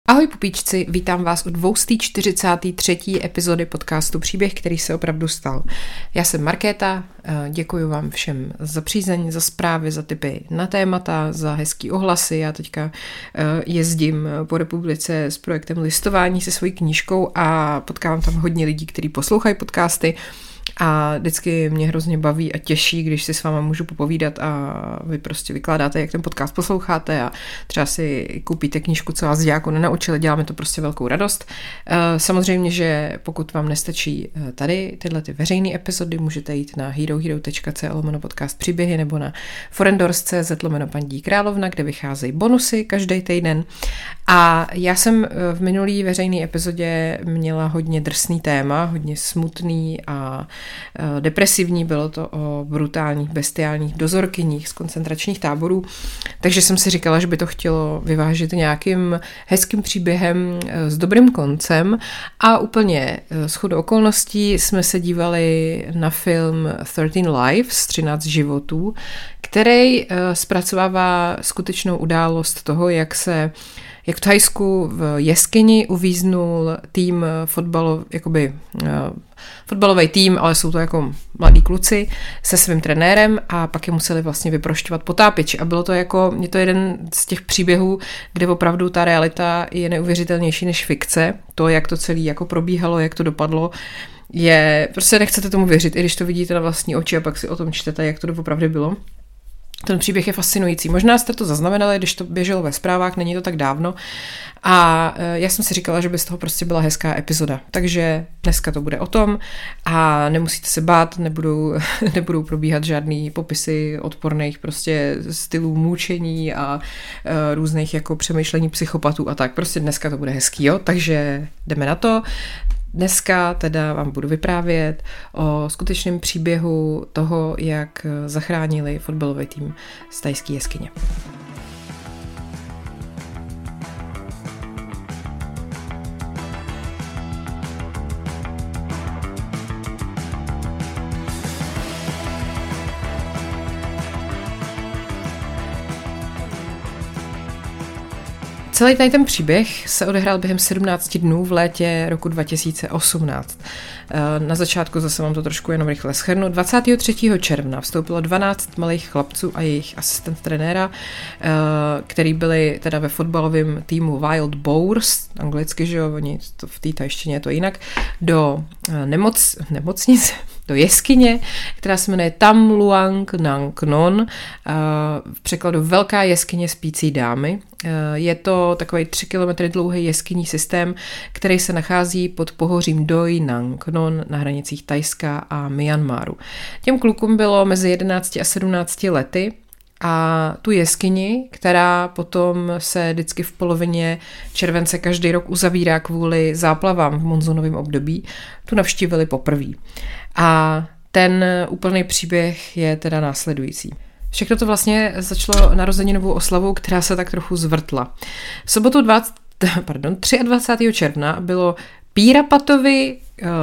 Ahoj pupíčci, vítám vás u 243. epizody podcastu Příběh, který se opravdu stal. Já jsem Markéta, děkuji vám všem za přízeň, za zprávy, za tipy na témata, za hezký ohlasy. Já teďka jezdím po republice s projektem listování se svojí knížkou a potkávám tam hodně lidí, kteří poslouchají podcasty. A vždycky mě hrozně baví a těší, když si s váma můžu popovídat a vy prostě vykládáte, jak ten podcast posloucháte a třeba si koupíte knížku, co vás děláko nenaučili, děláme to prostě velkou radost. Samozřejmě, že pokud vám nestačí tady tyhle ty veřejné epizody, můžete jít na herohero.co/podcast příběhy nebo na forendors.cz/Paní královna, kde vycházejí bonusy každý týden. A já jsem v minulý veřejné epizodě měla hodně drsný téma, hodně smutný a depresivní, bylo to o brutálních, bestiálních dozorkyních z koncentračních táborů, takže jsem si říkala, že by to chtělo vyvážit nějakým hezkým příběhem s dobrým koncem a úplně shodou okolností jsme se dívali na film 13 Lives, 13 životů, který zpracovává skutečnou událost toho, jak v Thajsku v jeskyni uvíznul tým fotbalový tým, ale jsou to jako mladí kluci se svým trenérem a pak je museli vlastně vyprošťovat potápěči. A bylo to je to jeden z těch příběhů, kde opravdu ta realita je neuvěřitelnější než fikce. To, jak to celé jako probíhalo, jak to dopadlo, prostě nechcete tomu věřit, i když to vidíte na vlastní oči a pak si o tom čtete, jak to opravdu bylo. Ten příběh je fascinující. Možná jste to zaznamenali, když to běželo ve zprávách, není to tak dávno. A já jsem si říkala, že by z toho prostě byla hezká epizoda. Takže dneska to bude o tom a nemusíte se bát, nebudou probíhat žádný popisy odporných prostě stylů mučení a různých jako přemýšlení psychopatů a tak. Prostě dneska to bude hezký, jo? Takže jdeme na to. Dneska teda vám budu vyprávět o skutečném příběhu toho, jak zachránili fotbalový tým z thajské jeskyně. Celý tady ten příběh se odehrál během 17 dnů v létě roku 2018. Na začátku zase vám to trošku jenom rychle shrnu. 23. června vstoupilo 12 malých chlapců a jejich asistent trenéra, který byli teda ve fotbalovém týmu Wild Boars, anglicky, že jo, oni to v té tajštině je to jinak, do nemocnice, do jeskyně, která se jmenuje Tam Luang Nang Non, v překladu Velká jeskyně spící dámy. Je to takový 3 kilometry dlouhý jeskyní systém, který se nachází pod pohořím Doi Nang Non na hranicích Thajska a Myanmaru. Těm klukům bylo mezi 11 a 17 lety a tu jeskyni, která potom se vždycky v polovině července každý rok uzavírá kvůli záplavám v monzunovém období, tu navštívili poprvé. A ten úplný příběh je teda následující. Všechno to vlastně začalo narozeninovou oslavou, která se tak trochu zvrtla. V sobotu 23. června bylo Pírapatovi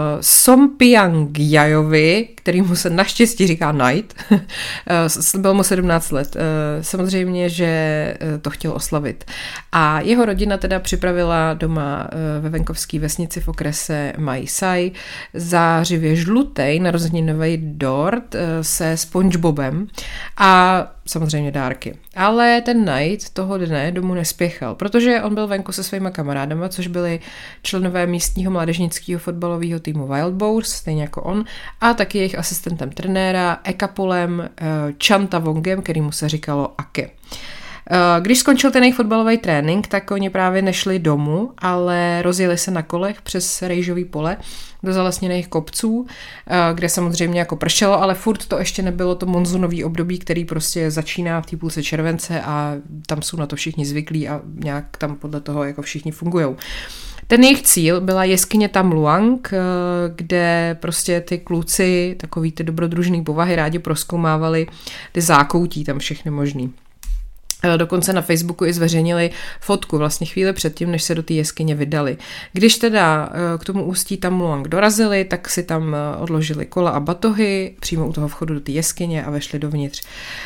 Sompiangjajovi, kterýmu se naštěstí říká Knight, bylo mu 17 let. Samozřejmě, že to chtěl oslavit. A jeho rodina teda připravila doma ve venkovské vesnici v okrese Mae Sai zářivě žlutej narozeninový dort se SpongeBobem a samozřejmě dárky. Ale ten Knight toho dne domů nespěchal, protože on byl venku se svýma kamarádama, což byli členové místního mládežnického fotbalového týmu Wild Boars, stejně jako on, a taky jejich asistentem trenéra Ekapolem Chantavongem, kterýmu se říkalo Ake. Když skončil ten jejich fotbalový trénink, tak oni právě nešli domů, ale rozjeli se na kolech přes rejžový pole do zalesněných kopců, kde samozřejmě jako pršelo, ale furt to ještě nebylo to monzunový období, který prostě začíná v té půlce července a tam jsou na to všichni zvyklí a nějak tam podle toho jako všichni fungujou. Ten jejich cíl byla jeskyně Tam Luang, kde prostě ty kluci, takový ty dobrodružný povahy, rádi prozkoumávali ty zákoutí tam všechny možný. Dokonce na Facebooku i zveřejnili fotku vlastně chvíli předtím, než se do té jeskyně vydali. Když teda k tomu ústí Tam Luang dorazili, tak si tam odložili kola a batohy přímo u toho vchodu do té jeskyně a vešli dovnitř.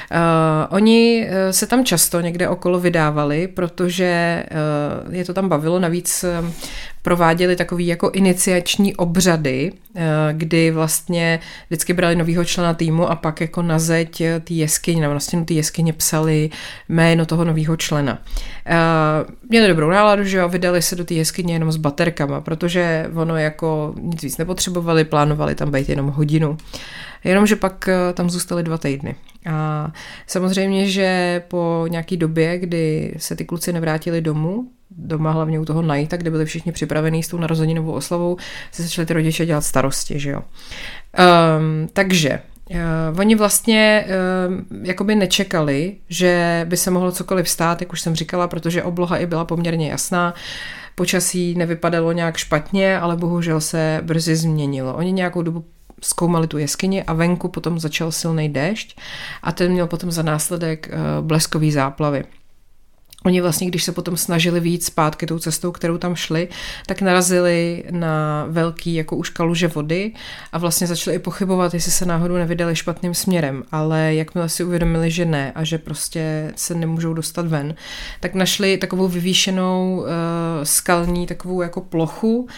Oni se tam často někde okolo vydávali, protože je to tam bavilo, navíc prováděli takový jako iniciační obřady, kdy vlastně vždycky brali novýho člena týmu a pak jako na zeď té jeskyně, nebo na stěnu té jeskyně psali jméno toho novýho člena. Měli dobrou náladu, že jo, vydali se do té jeskyně jenom s baterkama, protože ono jako nic víc nepotřebovali, plánovali tam být jenom hodinu. Jenomže pak tam zůstali 2 týdny. A samozřejmě, že po nějaký době, kdy se ty kluci nevrátili domů, doma hlavně u toho Nighta, kde byli všichni připravení s tou narozeninovou oslavou, se začali ty rodiče dělat starosti, že jo. Takže oni vlastně jakoby nečekali, že by se mohlo cokoliv stát, jak už jsem říkala, protože obloha i byla poměrně jasná, počasí nevypadalo nějak špatně, ale bohužel se brzy změnilo. Oni nějakou dobu zkoumali tu jeskyni a venku potom začal silný déšť a ten měl potom za následek bleskový záplavy. Oni vlastně, když se potom snažili vyjít zpátky tou cestou, kterou tam šli, tak narazili na velký jako už kaluže vody a vlastně začali i pochybovat, jestli se náhodou nevydali špatným směrem, ale jakmile si uvědomili, že ne a že prostě se nemůžou dostat ven, tak našli takovou vyvýšenou skalní takovou jako plochu,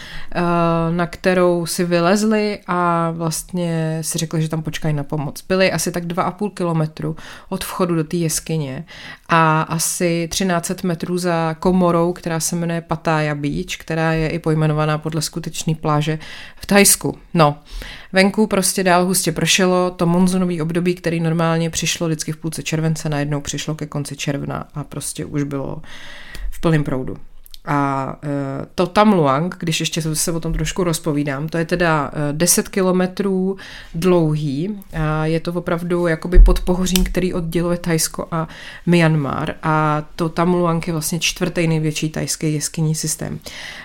na kterou si vylezli a vlastně si řekli, že tam počkají na pomoc. Byli asi tak 2,5 kilometru od vchodu do té jeskyně a asi 13 metrů za komorou, která se jmenuje Pattaya Beach, která je i pojmenovaná podle skutečné pláže v Thajsku. No, venku prostě dál hustě pršelo, to monzunový období, který normálně přišlo vždycky v půlce července, najednou přišlo ke konci června a prostě už bylo v plném proudu. A to Tam Luang, když ještě se o tom trošku rozpovídám, to je teda 10 kilometrů dlouhý. A je to opravdu jakoby pod pohořím, který odděluje Thajsko a Myanmar. A to Tam Luang je vlastně 4. největší thajský jeskyní systém.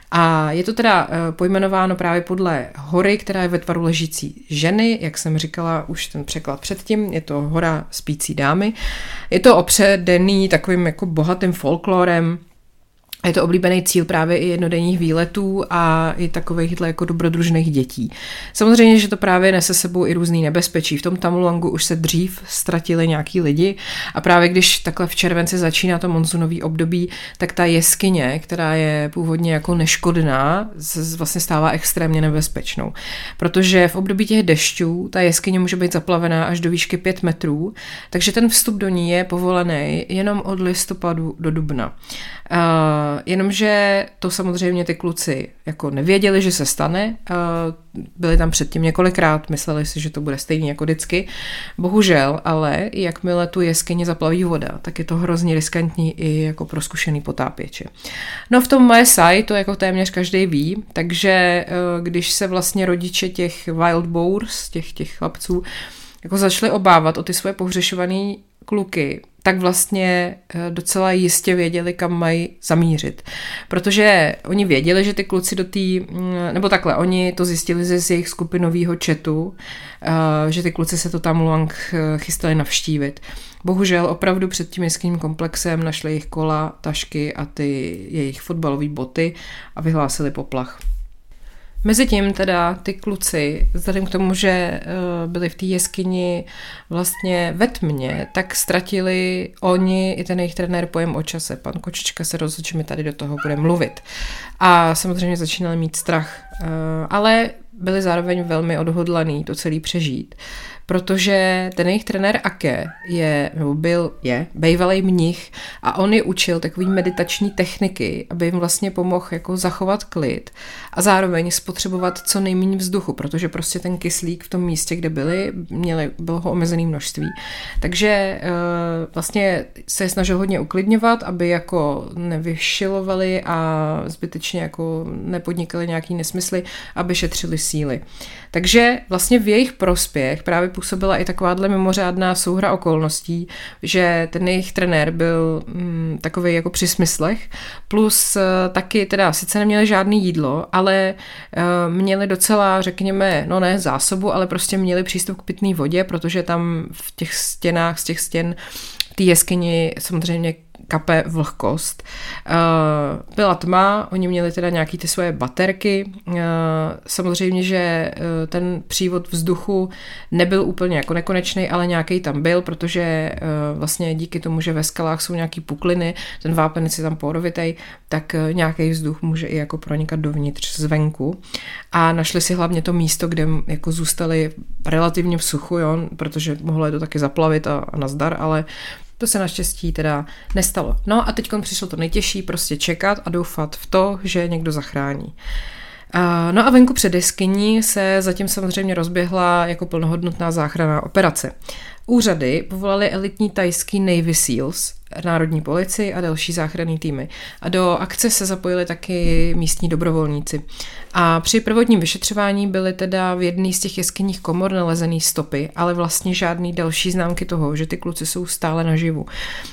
A je to teda pojmenováno právě podle hory, která je ve tvaru ležící ženy, jak jsem říkala už ten překlad předtím, je to hora spící dámy. Je to opředený takovým jako bohatým folklorem. Je to oblíbený cíl právě i jednodenních výletů a i takovýchhle jako dobrodružných dětí. Samozřejmě, že to právě nese sebou i různý nebezpečí. V tom Tam Luangu už se dřív ztratili nějaký lidi a právě když takhle v červenci začíná to monzunový období, tak ta jeskyně, která je původně jako neškodná, vlastně stává extrémně nebezpečnou. Protože v období těch dešťů ta jeskyně může být zaplavená až do výšky 5 metrů, takže ten vstup do ní je povolený jenom od listopadu do dubna. Jenomže to samozřejmě ty kluci jako nevěděli, že se stane, byli tam předtím několikrát, mysleli si, že to bude stejný jako vždycky. Bohužel, ale jakmile tu jeskyni zaplaví voda, tak je to hrozně riskantní i jako pro zkušený potápěče. No v tom Mae Sai to jako téměř každý ví, takže když se vlastně rodiče těch wild boars, těch chlapců, jako začali obávat o ty svoje pohřešované kluky, tak vlastně docela jistě věděli, kam mají zamířit. Protože oni věděli, že ty kluci nebo takhle, oni to zjistili z jejich skupinového chatu, že ty kluci se to Tam Luang chystali navštívit. Bohužel opravdu před tím jeskyním komplexem našli jejich kola, tašky a ty jejich fotbalové boty a vyhlásili poplach. Mezitím teda ty kluci, vzhledem k tomu, že byli v té jeskyni vlastně ve tmě, tak ztratili oni i ten jejich trenér pojem o čase. Pan Kočička se rozhodl, že mi tady do toho bude mluvit. A samozřejmě začínali mít strach, ale byli zároveň velmi odhodlaný to celý přežít. Protože ten jejich trenér Ake je bývalý mnich a on je učil takový meditační techniky, aby jim vlastně pomohl jako zachovat klid a zároveň spotřebovat co nejméně vzduchu, protože prostě ten kyslík v tom místě, kde bylo ho omezené množství. Takže vlastně se snažil hodně uklidňovat, aby jako nevyšilovali a zbytečně jako nepodnikali nějaký nesmysly, aby šetřili síly. Takže vlastně v jejich prospěch právě působila i takováhle mimořádná souhra okolností, že ten jejich trenér byl takovej jako při smyslech, plus taky teda sice neměli žádné jídlo, ale měli docela, řekněme, no ne zásobu, ale prostě měli přístup k pitné vodě, protože tam v těch stěnách, z těch stěn té jeskyni samozřejmě kape vlhkost. Byla tma, oni měli teda nějaký ty svoje baterky. Samozřejmě, že ten přívod vzduchu nebyl úplně jako nekonečný, ale nějaký tam byl, protože vlastně díky tomu, že ve skalách jsou nějaký pukliny, ten vápenec je tam porovitej, tak nějaký vzduch může i jako pronikat dovnitř zvenku. A našli si hlavně to místo, kde jako zůstali relativně v suchu, jo, protože mohlo je to taky zaplavit a nazdar, ale to se naštěstí teda nestalo. No a teď přišlo to nejtěžší, prostě čekat a doufat v to, že někdo zachrání. No a venku před jeskyní se zatím samozřejmě rozběhla jako plnohodnotná záchranná operace. Úřady povolali elitní thajský Navy Seals, národní policii a další záchranný týmy. A do akce se zapojili taky místní dobrovolníci. A při prvotním vyšetřování byly teda v jedné z těch jeskyních komor nalezený stopy, ale vlastně žádný další známky toho, že ty kluci jsou stále naživu.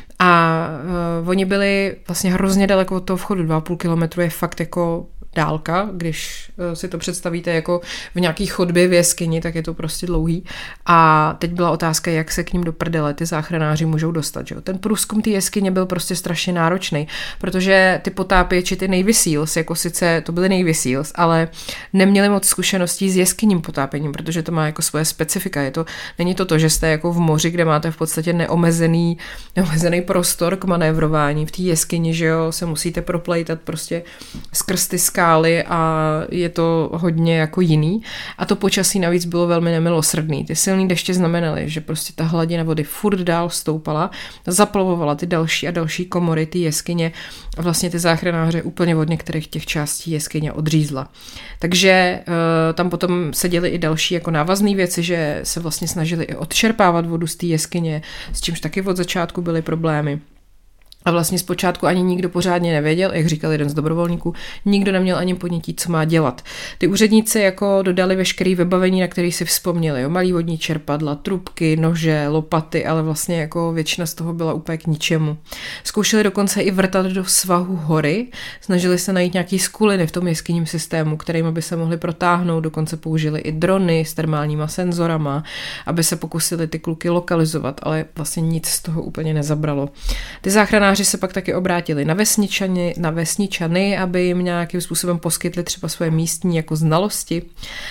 A oni byli vlastně hrozně daleko od toho vchodu, 2,5 kilometru je fakt jako dálka, když si to představíte jako v nějaký chodbě v jeskyni, tak je to prostě dlouhý. A teď byla otázka, jak se k ním do prdele ty záchranáři můžou dostat. Že? Ten průzkum té jeskyně byl prostě strašně náročný, protože ty potápěči, ty Navy Seals, jako sice to byly Navy Seals, ale neměli moc zkušeností s jeskyním potápěním, protože to má jako svoje specifika. Není to, že jste jako v moři, kde máte v podstatě neomezený prostor k manévrování. V té jeskyni, že jo, se musíte proplejtat prostě skrz ty skály a je to hodně jako jiný. A to počasí navíc bylo velmi nemilosrdný. Ty silný deště znamenaly, že prostě ta hladina vody furt dál stoupala, zaplavovala ty další a další komory, ty jeskyně a vlastně ty záchranáře úplně od některých těch částí jeskyně odřízla. Takže tam potom se děly i další jako návazné věci, že se vlastně snažili i odčerpávat vodu z té jeskyně, s čímž taky od začátku byly problémy. A vlastně zpočátku ani nikdo pořádně nevěděl, jak říkal jeden z dobrovolníků, nikdo neměl ani ponětí, co má dělat. Ty úředníci jako dodali veškeré vybavení, na který si vzpomněli, jo, malý vodní čerpadla, trubky, nože, lopaty, ale vlastně jako většina z toho byla úplně k ničemu. Zkoušeli dokonce i vrtat do svahu hory, snažili se najít nějaký skuliny v tom jeskyním systému, kterými by se mohli protáhnout, dokonce použili i drony s termálníma senzorama, aby se pokusili ty kluky lokalizovat, ale vlastně nic z toho úplně nezabralo. Ty záchranáři se pak taky obrátili na vesničany, aby jim nějakým způsobem poskytli třeba svoje místní jako znalosti.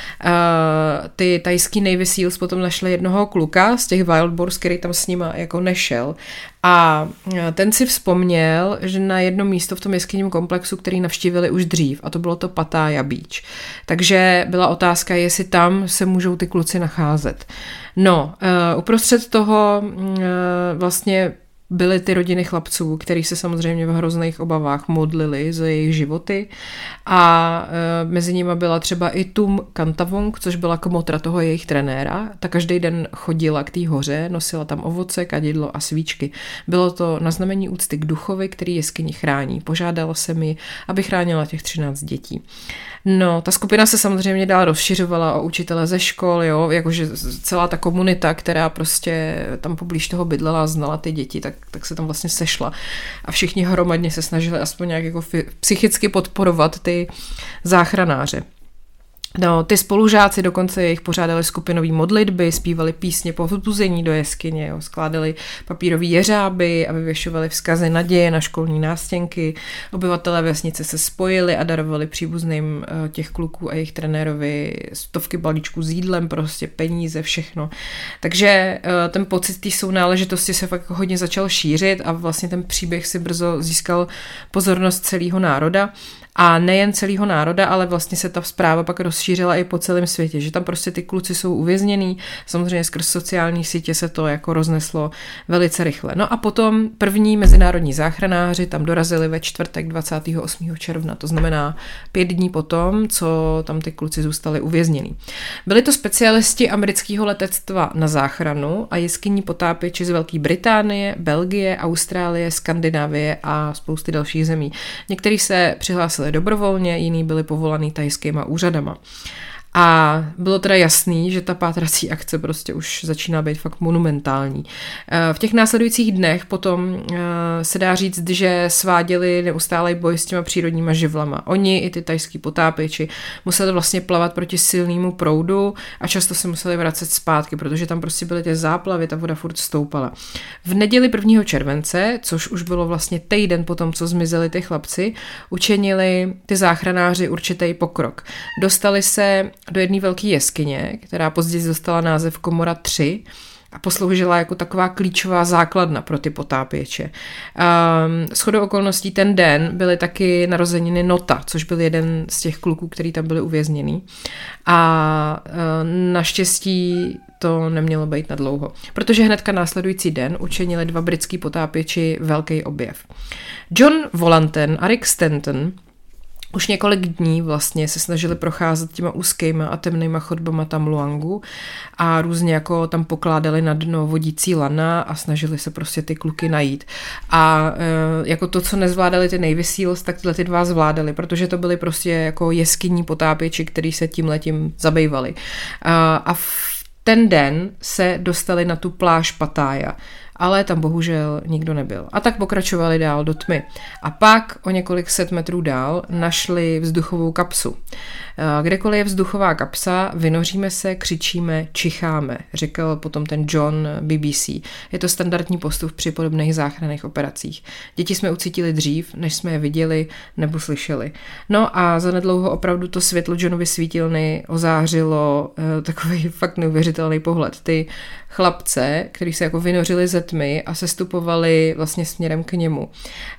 Ty thajský Navy Seals potom našli jednoho kluka z těch Wild Boars, který tam s nima jako nešel. A ten si vzpomněl, že na jedno místo v tom jeskyním komplexu, který navštívili už dřív, a to bylo to Pattaya Beach. Takže byla otázka, jestli tam se můžou ty kluci nacházet. No, uprostřed toho vlastně byly ty rodiny chlapců, který se samozřejmě v hrozných obavách modlili za jejich životy a mezi nimi byla třeba i Tum Kantavong, což byla kmotra toho jejich trenéra. Ta každý den chodila k té hoře, nosila tam ovoce, kadidlo a svíčky. Bylo to na znamení úcty k duchovi, který jeskyni chrání. Požádala se mi, aby chránila těch 13 dětí. No, ta skupina se samozřejmě dál rozšiřovala o učitele ze škol, jo, jakože celá ta komunita, která prostě tam poblíž toho bydlela a znala ty děti, tak se tam vlastně sešla a všichni hromadně se snažili aspoň nějak jako psychicky podporovat ty záchranáře. No, ty spolužáci dokonce jich pořádali skupinový modlitby, zpívali písně po vzbuzení do jeskyně, jo, skládali papírový jeřáby a vyvěšovali vzkazy naděje na školní nástěnky. Obyvatelé vesnice se spojili a darovali příbuzným těch kluků a jejich trenérovi stovky balíčků s jídlem, prostě peníze, všechno. Takže ten pocit té sounáležitosti se fakt hodně začal šířit a vlastně ten příběh si brzo získal pozornost celého národa. A nejen celého národa, ale vlastně se ta zpráva pak rozšířila i po celém světě, že tam prostě ty kluci jsou uvězněný, samozřejmě skrz sociální sítě se to jako rozneslo velice rychle. No a potom první mezinárodní záchranáři tam dorazili ve čtvrtek 28. června, to znamená 5 dní potom, co tam ty kluci zůstali uvězněný. Byli to specialisti amerického letectva na záchranu a jeskynní potápěči z Velké Británie, Belgie, Austrálie, Skandinávie a spousty dalších zemí. Někteří se přihlásili dobrovolně, jiní byli povolaný thajskýma úřadama. A bylo teda jasný, že ta pátrací akce prostě už začíná být fakt monumentální. V těch následujících dnech potom se dá říct, že sváděli neustálý boj s těma přírodníma živlama. Oni i ty thajský potápěči museli vlastně plavat proti silnému proudu a často se museli vracet zpátky, protože tam prostě byly ty záplavy, ta voda furt stoupala. V neděli 1. července, což už bylo vlastně týden potom, co zmizeli ty chlapci, učinili ty záchranáři určitý pokrok. Dostali se do jedné velké jeskyně, která později dostala název Komora 3 a posloužila jako taková klíčová základna pro ty potápěče. Shodou okolností ten den byly taky narozeniny Nota, což byl jeden z těch kluků, který tam byli uvězněný. A naštěstí to nemělo být na dlouho, protože hnedka následující den učinili 2 britský potápěči velký objev. John Volanten a Rick Stanton už několik dní vlastně se snažili procházet těma úzkýma a temnýma chodbama tam Luangu a různě jako tam pokládali na dno vodící lana a snažili se prostě ty kluky najít. A jako to, co nezvládali ty Navy Seals, tak tyhle ty 2 zvládali, protože to byly prostě jako jeskynní potápěči, který se tímhletím zabývali. A v ten den se dostali na tu pláž Pattaya, ale tam bohužel nikdo nebyl. A tak pokračovali dál do tmy. A pak o několik set metrů dál našli vzduchovou kapsu. Kdekoliv je vzduchová kapsa, vynoříme se, křičíme, čicháme, řekl potom ten John BBC. Je to standardní postup při podobných záchranných operacích. Děti jsme ucítili dřív, než jsme je viděli nebo slyšeli. No a zanedlouho opravdu to světlo Johnovy svítilny ozářilo takový fakt neuvěřitelný pohled. Ty chlapce, kteří se jako vynořili ze tmy a sestupovali vlastně směrem k němu.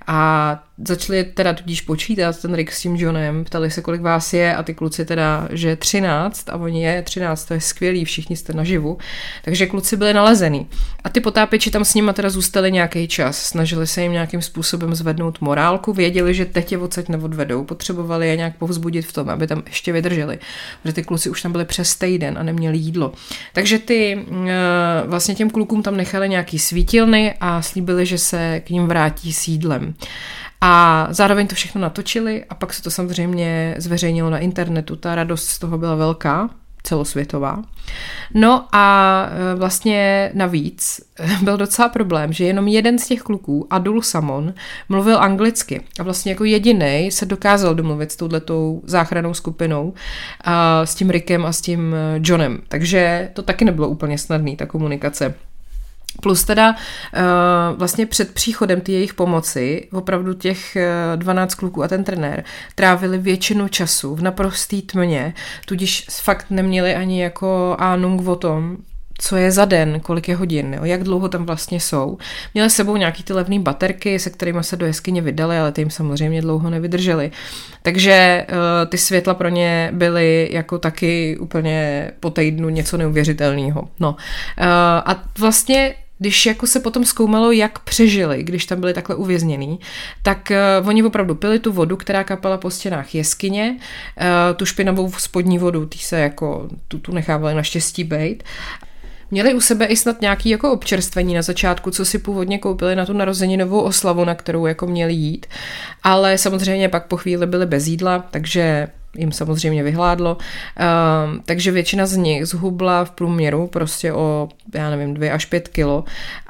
A začali teda tudíž počítat, ten Rick s tím Johnem, ptali se, kolik vás je a ty kluci teda, že 13 a oni je 13, to je skvělý, všichni jste naživu. Takže kluci byli nalezený. A ty potápěči tam s nima teda zůstali nějaký čas, snažili se jim nějakým způsobem zvednout morálku, věděli, že teď je odsaď neodvedou, potřebovali je nějak povzbudit v tom, aby tam ještě vydrželi, protože ty kluci už tam byli přes týden a neměli jídlo. Takže ty vlastně těm klukům tam nechali nějaký svítilny a slíbili, že se k ním vrátí s jídlem. A zároveň to všechno natočili a pak se to samozřejmě zveřejnilo na internetu. Ta radost z toho byla velká, celosvětová. No a vlastně navíc byl docela problém, že jenom jeden z těch kluků, Adul Samon, mluvil anglicky a vlastně jako jedinej se dokázal domluvit s touhletou záchrannou skupinou a s tím Rickem a s tím Johnem. Takže to taky nebylo úplně snadný, ta komunikace. Plus teda vlastně před příchodem ty jejich pomoci opravdu těch 12 kluků a ten trenér trávili většinu času v naprostý tmě, tudíž fakt neměli ani jako ánung o tom, co je za den, kolik je hodin, jo, jak dlouho tam vlastně jsou. Měli s sebou nějaký ty levné baterky, se kterými se do jeskyně vydali, ale ty jim samozřejmě dlouho nevydrželi. Takže ty světla pro ně byly jako taky úplně po týdnu něco neuvěřitelného. No. A vlastně když jako se potom zkoumalo, jak přežili, když tam byli takhle uvěznění, tak oni opravdu pili tu vodu, která kapala po stěnách jeskyně, tu špinavou spodní vodu, ty se jako tu nechávali naštěstí bejt. Měli u sebe i snad nějaký jako občerstvení na začátku, co si původně koupili na tu narozeninovou oslavu, na kterou jako měli jít, ale samozřejmě pak po chvíli byli bez jídla, takže jim samozřejmě vyhládlo, takže většina z nich zhubla v průměru prostě o, 2 až 5 kilo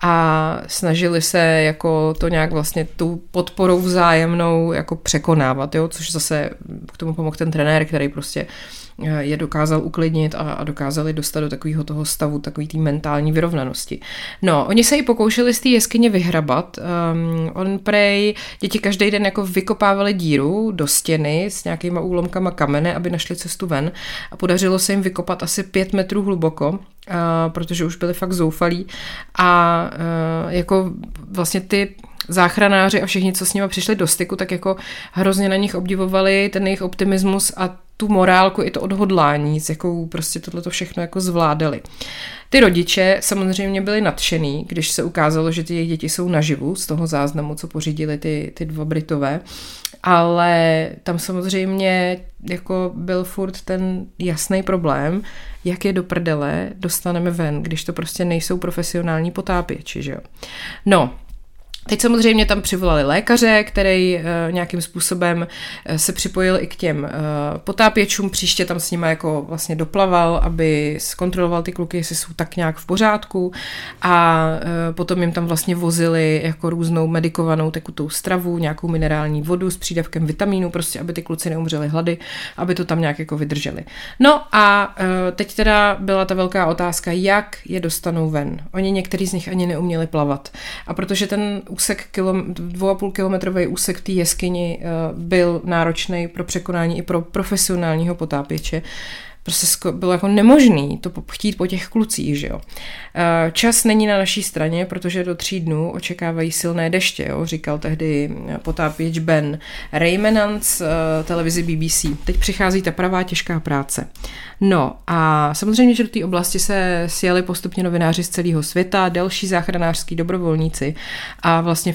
a snažili se jako to nějak vlastně tu podporou vzájemnou jako překonávat, jo, což zase k tomu pomohl ten trenér, který prostě je dokázal uklidnit a dokázali dostat do takového toho stavu, takový té mentální vyrovnanosti. No, oni se i pokoušeli z té jeskyně vyhrabat. On prej, děti každý den jako vykopávali díru do stěny s nějakýma úlomkama kamene, aby našli cestu ven a podařilo se jim vykopat asi 5 metrů hluboko, protože už byli fakt zoufalí a jako vlastně ty záchranáři a všichni, co s nimi přišli do styku, tak jako hrozně na nich obdivovali ten jejich optimismus a tu morálku i to odhodlání, s jakou prostě tohleto všechno jako zvládali. Ty rodiče samozřejmě byli nadšený, když se ukázalo, že ty jejich děti jsou naživu z toho záznamu, co pořídili ty 2 Britové, ale tam samozřejmě jako byl furt ten jasný problém, jak je do prdele dostaneme ven, když to prostě nejsou profesionální potápěči, že jo. No, Teď samozřejmě tam přivolali lékaře, který nějakým způsobem se připojil i k těm potápěčům, příště tam s nima jako vlastně doplaval, aby zkontroloval ty kluky, jestli jsou tak nějak v pořádku a potom jim tam vlastně vozili jako různou medikovanou tekutou stravu, nějakou minerální vodu s přídavkem vitamínů, prostě aby ty kluci neumřeli hlady, aby to tam nějak jako vydrželi. No a teď teda byla ta velká otázka, jak je dostanou ven. Oni některý z nich ani neuměli plavat. A protože ten úsek 2,5 kilometrový úsek v té jeskyni byl náročný pro překonání i pro profesionálního potápěče, prostě bylo jako nemožný to chtít po těch klucích, že jo. Čas není na naší straně, protože do 3 dnů očekávají silné deště, jo, říkal tehdy potápěč Ben Raymenant televizi BBC. Teď přichází ta pravá těžká práce. No a samozřejmě, že do té oblasti se sjeli postupně novináři z celého světa, další záchranářský dobrovolníci a vlastně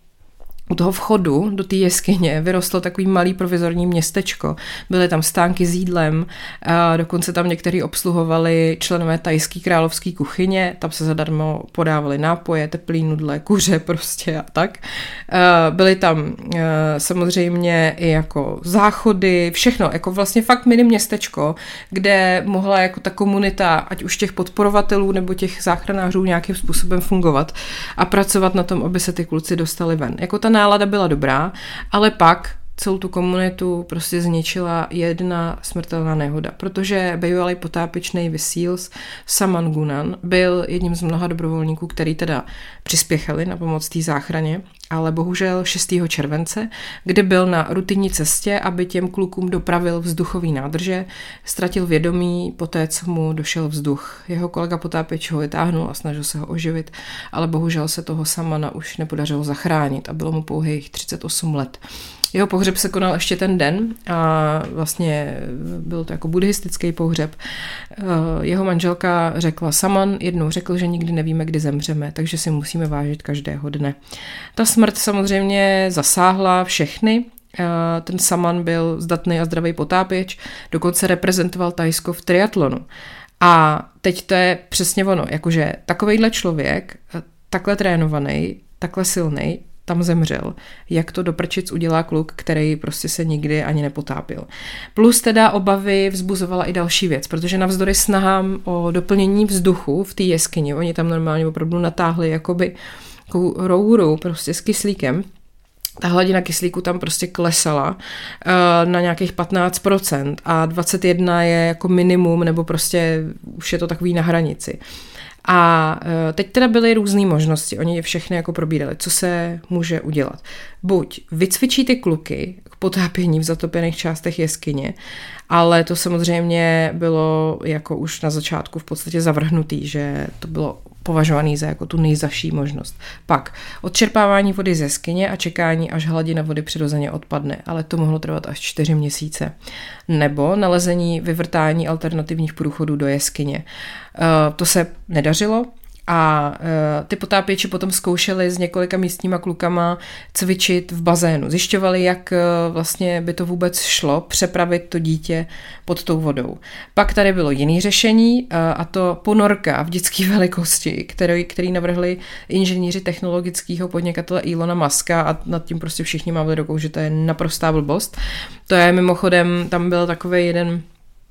u toho vchodu do té jeskyně vyrostlo takový malý provizorní městečko. Byly tam stánky s jídlem, a dokonce tam některý obsluhovali členové thajské královské kuchyně, tam se zadarmo podávali nápoje, teplý nudle, kuře prostě a tak. Byly tam samozřejmě i jako záchody, všechno, jako vlastně fakt mini městečko, kde mohla jako ta komunita, ať už těch podporovatelů nebo těch záchranářů nějakým způsobem fungovat a pracovat na tom, aby se ty kluci dostali ven. Jako ta nálada byla dobrá, ale pak celou tu komunitu prostě zničila jedna smrtelná nehoda, protože bývalý potápěč Navy Seals Saman Gunan byl jedním z mnoha dobrovolníků, který teda přispěchali na pomoc té záchraně, ale bohužel 6. července, kdy byl na rutinní cestě, aby těm klukům dopravil vzduchový nádrže, ztratil vědomí poté, co mu došel vzduch. Jeho kolega potápěč ho vytáhnul a snažil se ho oživit, ale bohužel se toho Samana už nepodařilo zachránit a bylo mu pouhých 38 let. Jeho pohřeb se konal ještě ten den a vlastně byl to jako buddhistický pohřeb. Jeho manželka řekla, Saman jednou řekl, že nikdy nevíme, kdy zemřeme, takže si musíme vážit každého dne. Ta smrt samozřejmě zasáhla všechny. Ten Saman byl zdatný a zdravý potápěč, dokonce reprezentoval Thajsko v triatlonu. A teď to je přesně ono, jakože takovejhle člověk, takhle trénovaný, takhle silný, tam zemřel. Jak to do prčic udělá kluk, který prostě se nikdy ani nepotápil. Plus teda obavy vzbuzovala i další věc, protože navzdory snahám o doplnění vzduchu v té jeskyni, oni tam normálně opravdu natáhli jakoby rouru prostě s kyslíkem, ta hladina kyslíku tam prostě klesala na nějakých 15% a 21 je jako minimum, nebo prostě už je to takový na hranici. A teď teda byly různé možnosti, oni je všechny jako probírali, co se může udělat. Buď vycvičí ty kluky k potápění v zatopených částech jeskyně, ale to samozřejmě bylo jako už na začátku v podstatě zavrhnutý, že to bylo považovaný za jako tu nejzazší možnost. Pak odčerpávání vody z jeskyně a čekání, až hladina vody přirozeně odpadne, ale to mohlo trvat až 4 měsíce. Nebo nalezení, vyvrtání alternativních průchodů do jeskyně. To se nedařilo a ty potápěči potom zkoušeli s několika místníma klukama cvičit v bazénu. Zjišťovali, jak vlastně by to vůbec šlo přepravit to dítě pod tou vodou. Pak tady bylo jiné řešení a to ponorka v dětské velikosti, který navrhli inženýři technologického podnikatele Elona Muska a nad tím prostě všichni mávli rukou, že to je naprostá blbost. To je mimochodem, tam byl takový jeden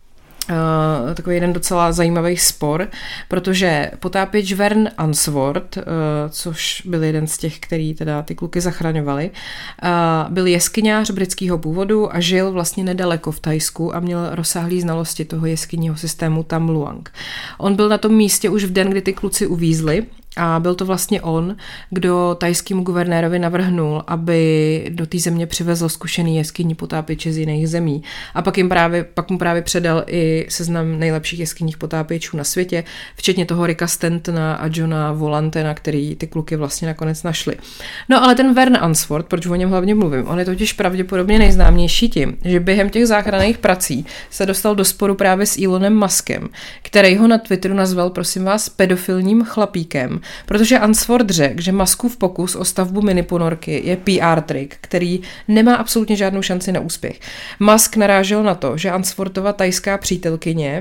docela zajímavý spor, protože potápěč Vern Answorth, což byl jeden z těch, který teda ty kluky zachraňovali, byl jeskyňář britského původu a žil vlastně nedaleko v Thajsku a měl rozsáhlý znalosti toho jeskyního systému Tam Luang. On byl na tom místě už v den, kdy ty kluci uvízli a byl to vlastně on, kdo thajskému guvernérovi navrhnul, aby do té země přivezl zkušený jeskyní potápěče z jiných zemí. A pak mu právě předal i seznam nejlepších jeskyních potápěčů na světě, včetně toho Ricka Stantona a Johna Volantena, který ty kluky vlastně nakonec našli. No ale ten Vern Answorth, proč o něm hlavně mluvím, on je totiž pravděpodobně nejznámější tím, že během těch záchranných prací se dostal do sporu právě s Elonem Muskem, který ho na Twitteru nazval, prosím vás, pedofilním chlapíkem, protože Answorth řekl, že Muskův pokus o stavbu miniponorky je PR trik, který nemá absolutně žádnou šanci na úspěch. Musk narážel na to, že Answorthova thajská přítelkyně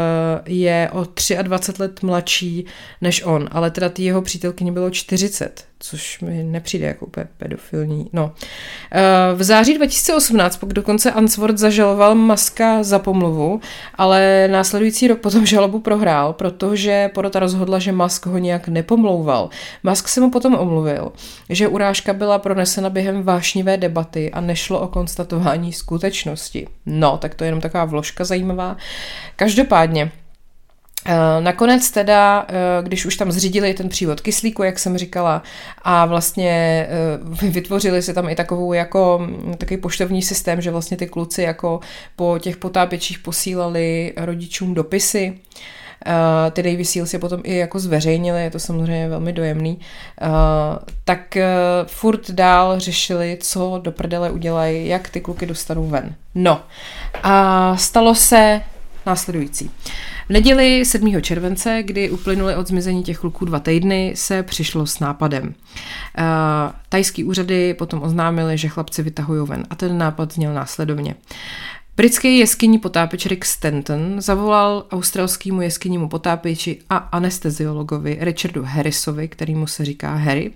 je o 23 let mladší než on, ale teda jeho přítelkyně bylo 40. což mi nepřijde jako úplně pedofilní. No. V září 2018 dokonce Unsworth zažaloval Muska za pomluvu, ale následující rok potom žalobu prohrál, protože porota rozhodla, že Musk ho nějak nepomlouval. Musk se mu potom omluvil, že urážka byla pronesena během vášnivé debaty a nešlo o konstatování skutečnosti. No, tak to je jenom taková vložka zajímavá. Každopádně, nakonec teda, když už tam zřídili ten přívod kyslíku, jak jsem říkala, a vlastně vytvořili si tam i takovou jako takový poštovní systém, že vlastně ty kluci jako po těch potápěčích posílali rodičům dopisy. Ty Navy Seals je potom i jako zveřejnili, je to samozřejmě velmi dojemný, tak furt dál řešili, co do prdele udělají, jak ty kluky dostanou ven. No a stalo se následující. V neděli 7. července, kdy uplynuly od zmizení těch kluků 2 týdny, se přišlo s nápadem. Thajský úřady potom oznámili, že chlapci vytahují ven a ten nápad zněl následovně. Britský jeskyní potápěč Rick Stanton zavolal australskému jeskynímu potápěči a anesteziologovi Richardu Harrisovi, kterýmu se říká Harry,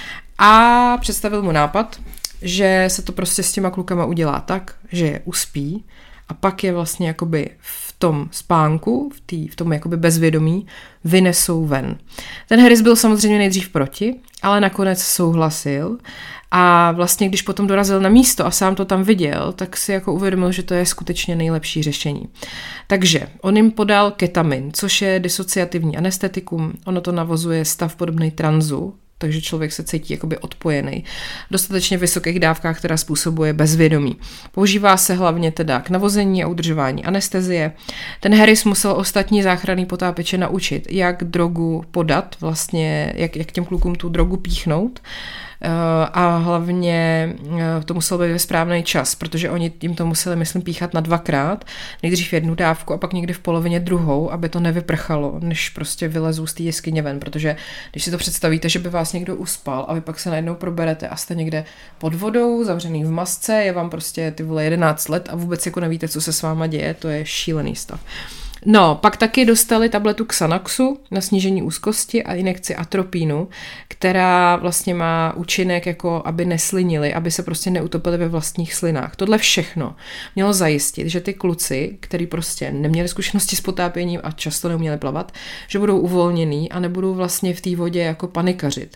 a představil mu nápad, že se to prostě s těma klukama udělá tak, že je uspí a pak je vlastně jakoby v tom spánku, v tom jakoby bezvědomí, vynesou ven. Ten Harris byl samozřejmě nejdřív proti, ale nakonec souhlasil a vlastně když potom dorazil na místo a sám to tam viděl, tak si jako uvědomil, že to je skutečně nejlepší řešení. Takže on jim podal ketamin, což je disociativní anestetikum, ono to navozuje stav podobný transu, takže člověk se cítí jakoby odpojený. V dostatečně vysokých dávkách, která způsobuje bezvědomí. Používá se hlavně teda k navození a udržování anestezie. Ten Harris musel ostatní záchranný potápěče naučit, jak drogu podat, vlastně jak těm klukům tu drogu píchnout. A hlavně to muselo být ve správný čas, protože oni jim to museli, myslím, píchat na 2krát, nejdřív 1 dávku a pak někdy v polovině 2, aby to nevyprchalo, než prostě vylezou z té jeskyně ven, protože když si to představíte, že by vás někdo uspal a vy pak se najednou proberete a jste někde pod vodou, zavřený v masce, je vám prostě ty vole 11 let a vůbec jako nevíte, co se s váma děje, to je šílený stav. No, pak taky dostali tabletu Xanaxu na snížení úzkosti a injekci atropínu, která vlastně má účinek, jako aby neslinili, aby se prostě neutopili ve vlastních slinách. Tohle všechno mělo zajistit, že ty kluci, kteří prostě neměli zkušenosti s potápěním a často neuměli plavat, že budou uvolněný a nebudou vlastně v té vodě jako panikařit.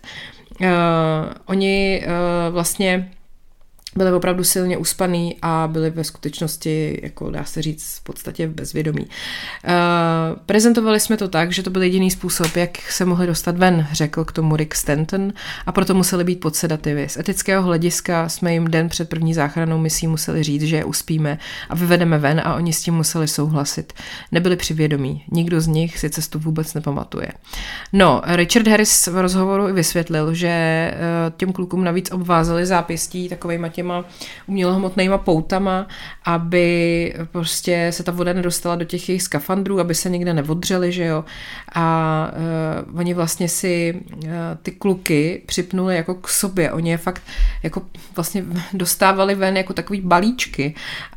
Oni vlastně byli opravdu silně uspaný a byli ve skutečnosti, jako dá se říct, v podstatě v bezvědomí. Prezentovali jsme to tak, že to byl jediný způsob, jak se mohli dostat ven, řekl k tomu Rick Stanton, a proto museli být pod sedativy. Z etického hlediska jsme jim den před první záchrannou misí museli říct, že je uspíme a vyvedeme ven, a oni s tím museli souhlasit. Nebyli při vědomí. Nikdo z nich si cestu vůbec nepamatuje. No, Richard Harris v rozhovoru i vysvětlil, že těm klukům navíc obvázali zápěstí takovejma těma umělohmotnýma poutama, aby prostě se ta voda nedostala do těch jejich skafandrů, aby se někde neodřeli, že jo. A oni vlastně si ty kluky připnuli jako k sobě. Oni je fakt jako vlastně dostávali ven jako takový balíčky.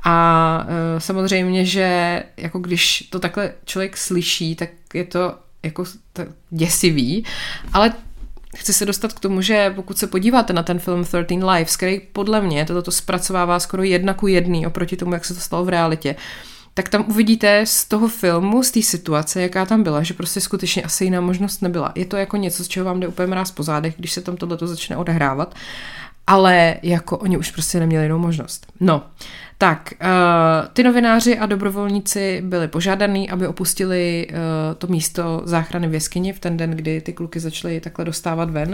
A samozřejmě, že jako když to takhle člověk slyší, tak je to jako děsivý, ale chci se dostat k tomu, že pokud se podíváte na ten film 13 Lives, který podle mě toto zpracovává skoro 1:1 oproti tomu, jak se to stalo v realitě, tak tam uvidíte z toho filmu, z té situace, jaká tam byla, že prostě skutečně asi jiná možnost nebyla. Je to jako něco, z čeho vám jde úplně mráz po zádech, když se tam tohleto začne odehrávat, ale jako oni už prostě neměli jinou možnost. No, tak, ty novináři a dobrovolníci byli požádaný, aby opustili to místo záchrany v jeskyni v ten den, kdy ty kluky začaly takhle dostávat ven.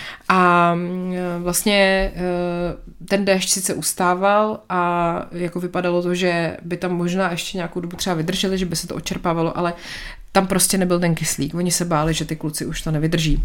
A vlastně ten déšť sice ustával a jako vypadalo to, že by tam možná ještě nějakou dobu třeba vydrželi, že by se to odčerpávalo, ale tam prostě nebyl ten kyslík. Oni se báli, že ty kluci už to nevydrží.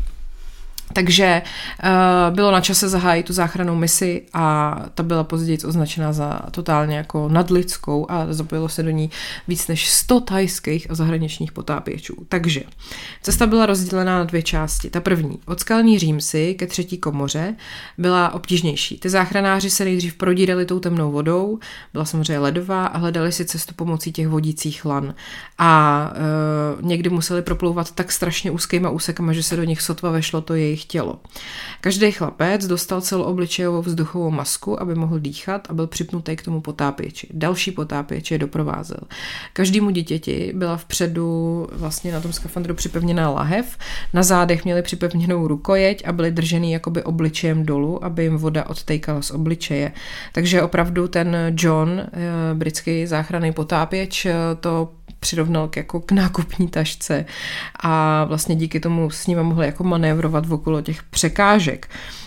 Takže bylo na čase zahájit tu záchrannou misi a ta byla později označena za totálně jako nadlidskou a zapojilo se do ní víc než 100 thajských a zahraničních potápěčů. Takže cesta byla rozdělená na 2 části. Ta první, od skalní římsy ke 3. komoře, byla obtížnější. Ty záchranáři se nejdřív prodírali tou temnou vodou, byla samozřejmě ledová a hledali si cestu pomocí těch vodících lan. A někdy museli proplouvat tak strašně úzkýma úsekama, že se do nich sotva vešlo to jejich jejich tělo. Každý chlapec dostal celoobličejovou vzduchovou masku, aby mohl dýchat a byl připnutý k tomu potápěči. Další potápěč je doprovázel. Každému dítěti byla vpředu vlastně na tom skafandru připevněná lahev, na zádech měli připevněnou rukojeť a byli držený jakoby obličejem dolů, aby jim voda odtejkala z obličeje. Takže opravdu ten John, britský záchranný potápěč, to přirovnal jako k nákupní tašce a vlastně díky tomu s nimi mohli jako manévrovat okolo těch překážek.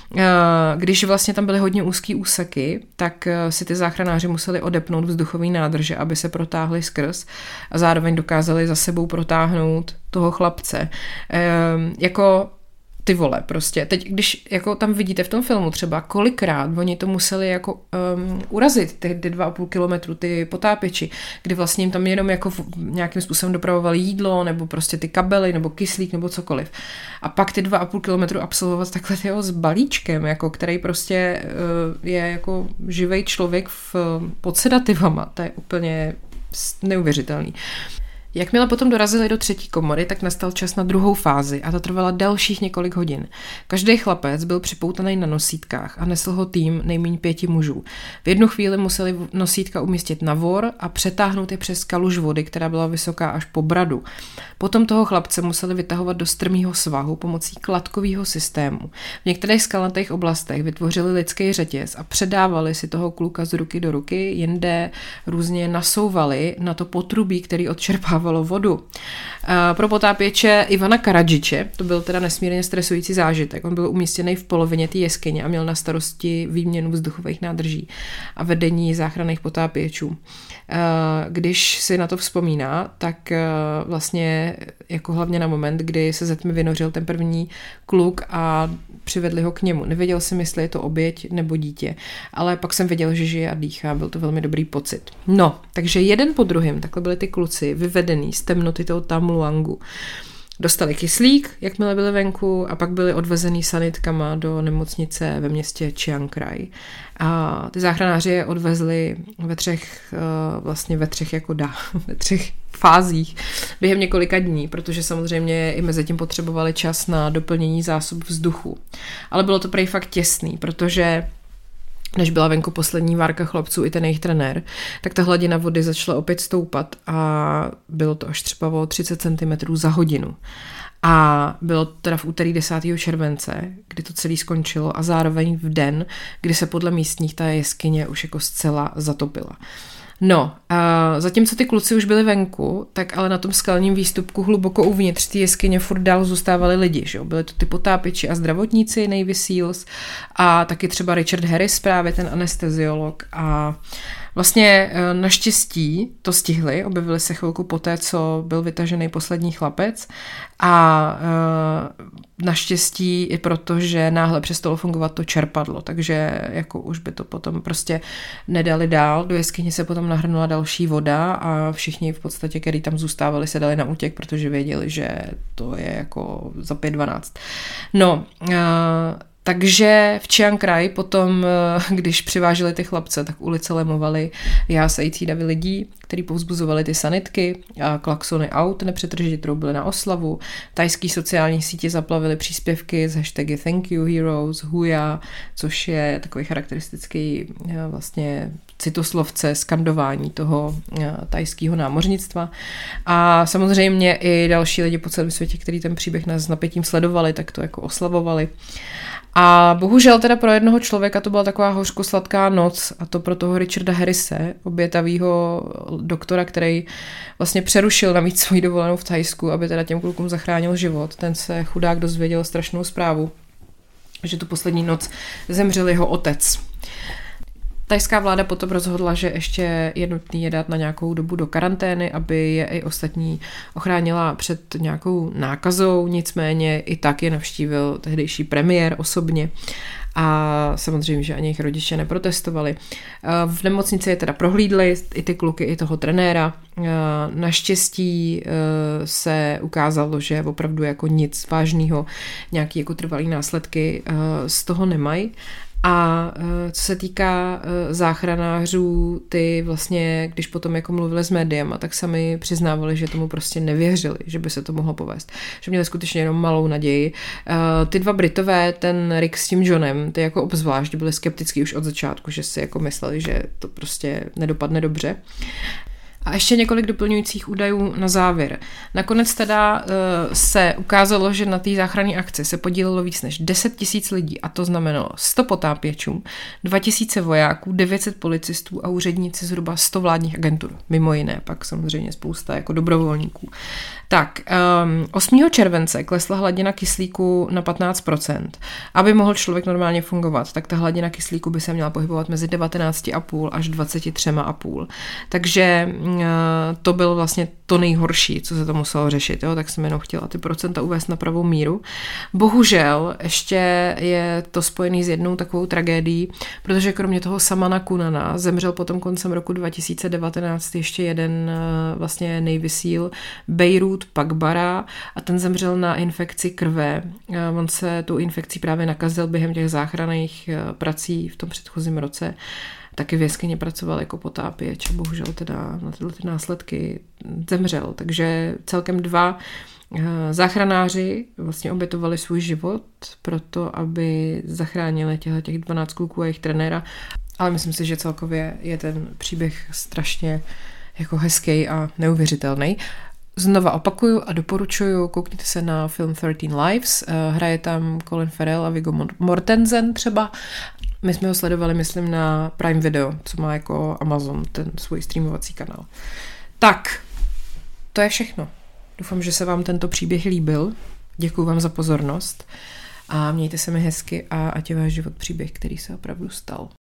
Když vlastně tam byly hodně úzký úseky, tak si ty záchranáři museli odepnout vzduchový nádrže, aby se protáhli skrz a zároveň dokázali za sebou protáhnout toho chlapce. Jako ty vole prostě. Teď, když jako tam vidíte v tom filmu třeba, kolikrát oni to museli jako urazit, ty 2,5 kilometru, ty potápěči, kdy vlastně jim tam jenom jako nějakým způsobem dopravovali jídlo, nebo prostě ty kabely, nebo kyslík, nebo cokoliv. A pak ty 2,5 kilometru absolvovat takhle tyho s balíčkem, jako který prostě je jako živej člověk pod sedativama. To je úplně neuvěřitelný. Jakmile potom dorazili do třetí komory, tak nastal čas na druhou fázi a ta trvala dalších několik hodin. Každý chlapec byl připoutaný na nosítkách a nesl ho tým nejméně 5 mužů. V jednu chvíli museli nosítka umístit na vor a přetáhnout je přes kaluž vody, která byla vysoká až po bradu. Potom toho chlapce museli vytahovat do strmého svahu pomocí kladkového systému. V některých skalnatých oblastech vytvořili lidský řetěz a předávali si toho kluka z ruky do ruky, jinde různě nasouvali na to potrubí, který odčerpávalo vodu. Pro potápěče Ivana Karadžiče to byl teda nesmírně stresující zážitek. On byl umístěný v polovině té jeskyně a měl na starosti výměnu vzduchových nádrží a vedení záchranných potápěčů. Když si na to vzpomíná, tak vlastně jako hlavně na moment, kdy se ze tmy vynořil ten první kluk a přivedli ho k němu. Nevěděl jsem, jestli je to oběť nebo dítě, ale pak jsem věděl, že žije a dýchá. Byl to velmi dobrý pocit. No, takže jeden po druhém takhle byli ty kluci vyvedený z temnoty toho Tamluangu. Dostali kyslík, jakmile byli venku, a pak byli odvezený sanitkama do nemocnice ve městě Chiang Rai. A ty záchranáři je odvezli ve třech fázích během několika dní, protože samozřejmě i mezi tím potřebovali čas na doplnění zásob vzduchu. Ale bylo to prej fakt těsný, protože než byla venku poslední várka chlapců i ten jejich trenér, tak ta hladina vody začala opět stoupat a bylo to až třeba o 30 cm za hodinu. A bylo to teda v úterý 10. července, kdy to celé skončilo a zároveň v den, kdy se podle místních ta jeskyně už jako zcela zatopila. No, a zatímco ty kluci už byli venku, tak ale na tom skalním výstupku hluboko uvnitř té jeskyně furt dál zůstávali lidi, že jo? Byli to ty potápěči a zdravotníci, Navy Seals a taky třeba Richard Harris, právě ten anesteziolog, a vlastně naštěstí to stihli, objevili se chvilku poté, co byl vytažený poslední chlapec a naštěstí i proto, že náhle přestalo fungovat to čerpadlo, takže jako už by to potom prostě nedali dál, do jeskyně se potom nahrnula další voda a všichni v podstatě, kteří tam zůstávali, se dali na útěk, protože věděli, že to je jako za 5:12. No, takže v Chiang Rai potom, když přiváželi ty chlapce, tak ulice lemovaly jásající davy lidí, který povzbuzovali ty sanitky a klaxony aut nepřetržitě troubily na oslavu. Tajský sociální sítě zaplavily příspěvky z hashtagy Thank you Heroes, Huya, což je takový charakteristický vlastně citoslovce skandování toho tajského námořnictva. A samozřejmě i další lidi po celém světě, kteří ten příběh s napětím sledovali, tak to jako oslavovali. A bohužel teda pro jednoho člověka to byla taková hořko-sladká noc, a to pro toho Richarda Harrise, obětavýho doktora, který vlastně přerušil navíc svoji dovolenou v Thajsku, aby teda těm klukům zachránil život. Ten se chudák dozvěděl strašnou zprávu, že tu poslední noc zemřel jeho otec. Tajská vláda potom rozhodla, že ještě je nutný je dát na nějakou dobu do karantény, aby je i ostatní ochránila před nějakou nákazou, nicméně i tak je navštívil tehdejší premiér osobně a samozřejmě, že ani jejich rodiče neprotestovali. V nemocnici je teda prohlídli i ty kluky, i toho trenéra. Naštěstí se ukázalo, že opravdu jako nic vážného, nějaký jako trvalý následky z toho nemají. A co se týká záchranářů, ty vlastně, když potom jako mluvili s médiem, tak sami přiznávali, že tomu prostě nevěřili, že by se to mohlo povést. Že měli skutečně jenom malou naději. Ty dva Britové, ten Rick s tím Johnem, ty jako obzvlášť byli skeptický už od začátku, že si jako mysleli, že to prostě nedopadne dobře. A ještě několik doplňujících údajů na závěr. Nakonec teda se ukázalo, že na té záchranné akci se podílelo víc než 10 000 lidí, a to znamenalo 100 potápěčů, 2000 vojáků, 900 policistů a úředníci zhruba 100 vládních agentur. Mimo jiné, pak samozřejmě spousta jako dobrovolníků. Tak, 8. července klesla hladina kyslíku na 15%. Aby mohl člověk normálně fungovat, tak ta hladina kyslíku by se měla pohybovat mezi 19,5 až 23,5. Takže to bylo vlastně to nejhorší, co se to muselo řešit, jo? Tak jsem jenom chtěla ty procenta uvést na pravou míru. Bohužel ještě je to spojený s jednou takovou tragédií, protože kromě toho Samana Kunana zemřel potom koncem roku 2019 ještě jeden vlastně Navy SEAL, Beirut Pakbara, a ten zemřel na infekci krve. On se tou infekcí právě nakazil během těch záchranných prací v tom předchozím roce. Taky v jeskyni pracoval jako potápěč a bohužel teda na tyhle ty následky zemřel. Takže celkem 2 záchranáři vlastně obětovali svůj život proto, aby zachránili těch 12 kluků a jejich trenéra. Ale myslím si, že celkově je ten příběh strašně jako hezký a neuvěřitelný. Znova opakuju a doporučuju, koukněte se na film 13 Lives, hraje tam Colin Farrell a Viggo Mortensen třeba. My jsme ho sledovali, myslím, na Prime Video, co má jako Amazon, ten svůj streamovací kanál. Tak, to je všechno. Doufám, že se vám tento příběh líbil. Děkuji vám za pozornost a mějte se mi hezky a ať je váš život příběh, který se opravdu stal.